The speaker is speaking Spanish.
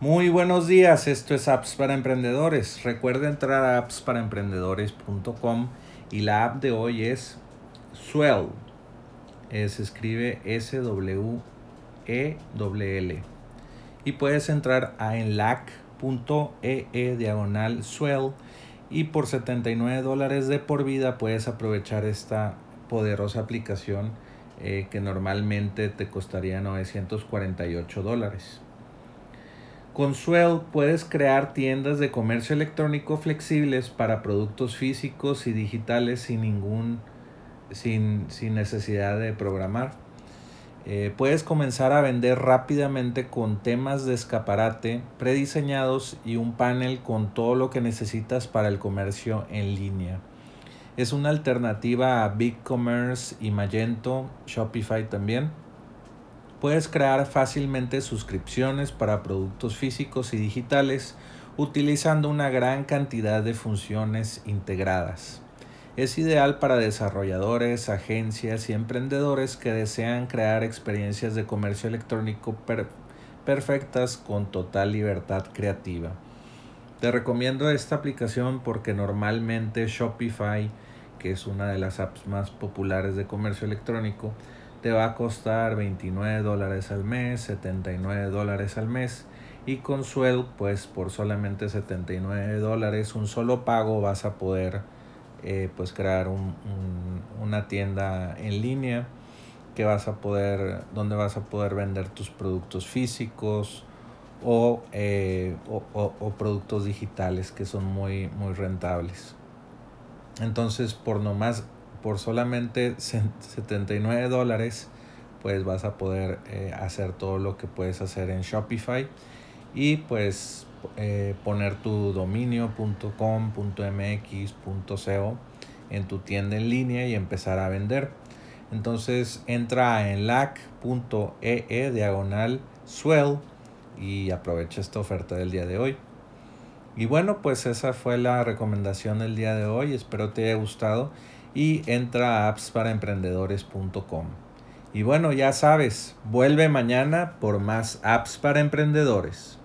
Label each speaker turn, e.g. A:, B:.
A: Muy buenos días, esto es Apps para Emprendedores. Recuerda entrar a appsparaemprendedores.com y la app de hoy es Swell. Se escribe SWELL. Y puedes entrar a enlac.ee/Swell y por $79 de por vida puedes aprovechar esta poderosa aplicación que normalmente te costaría $948. Con Swell puedes crear tiendas de comercio electrónico flexibles para productos físicos y digitales sin necesidad de programar. Puedes comenzar a vender rápidamente con temas de escaparate prediseñados y un panel con todo lo que necesitas para el comercio en línea. Es una alternativa a BigCommerce y Magento, Shopify también. Puedes crear fácilmente suscripciones para productos físicos y digitales utilizando una gran cantidad de funciones integradas. Es ideal para desarrolladores, agencias y emprendedores que desean crear experiencias de comercio electrónico perfectas con total libertad creativa. Te recomiendo esta aplicación porque normalmente Shopify, que es una de las apps más populares de comercio electrónico, te va a costar $29 al mes, $79 al mes. Y con Swell, pues por solamente $79, un solo pago, vas a poder pues crear una tienda en línea donde vas a poder vender tus productos físicos o productos digitales que son muy rentables. Entonces por solamente $79 pues vas a poder hacer todo lo que puedes hacer en Shopify y pues poner tu dominio .com.mx.co en tu tienda en línea y empezar a vender. Entonces entra a enlac.ee/Swell y aprovecha esta oferta del día de hoy. Y bueno, pues esa fue la recomendación del día de hoy. Espero te haya gustado y entra a appsparaemprendedores.com. Y bueno, ya sabes, vuelve mañana por más apps para emprendedores.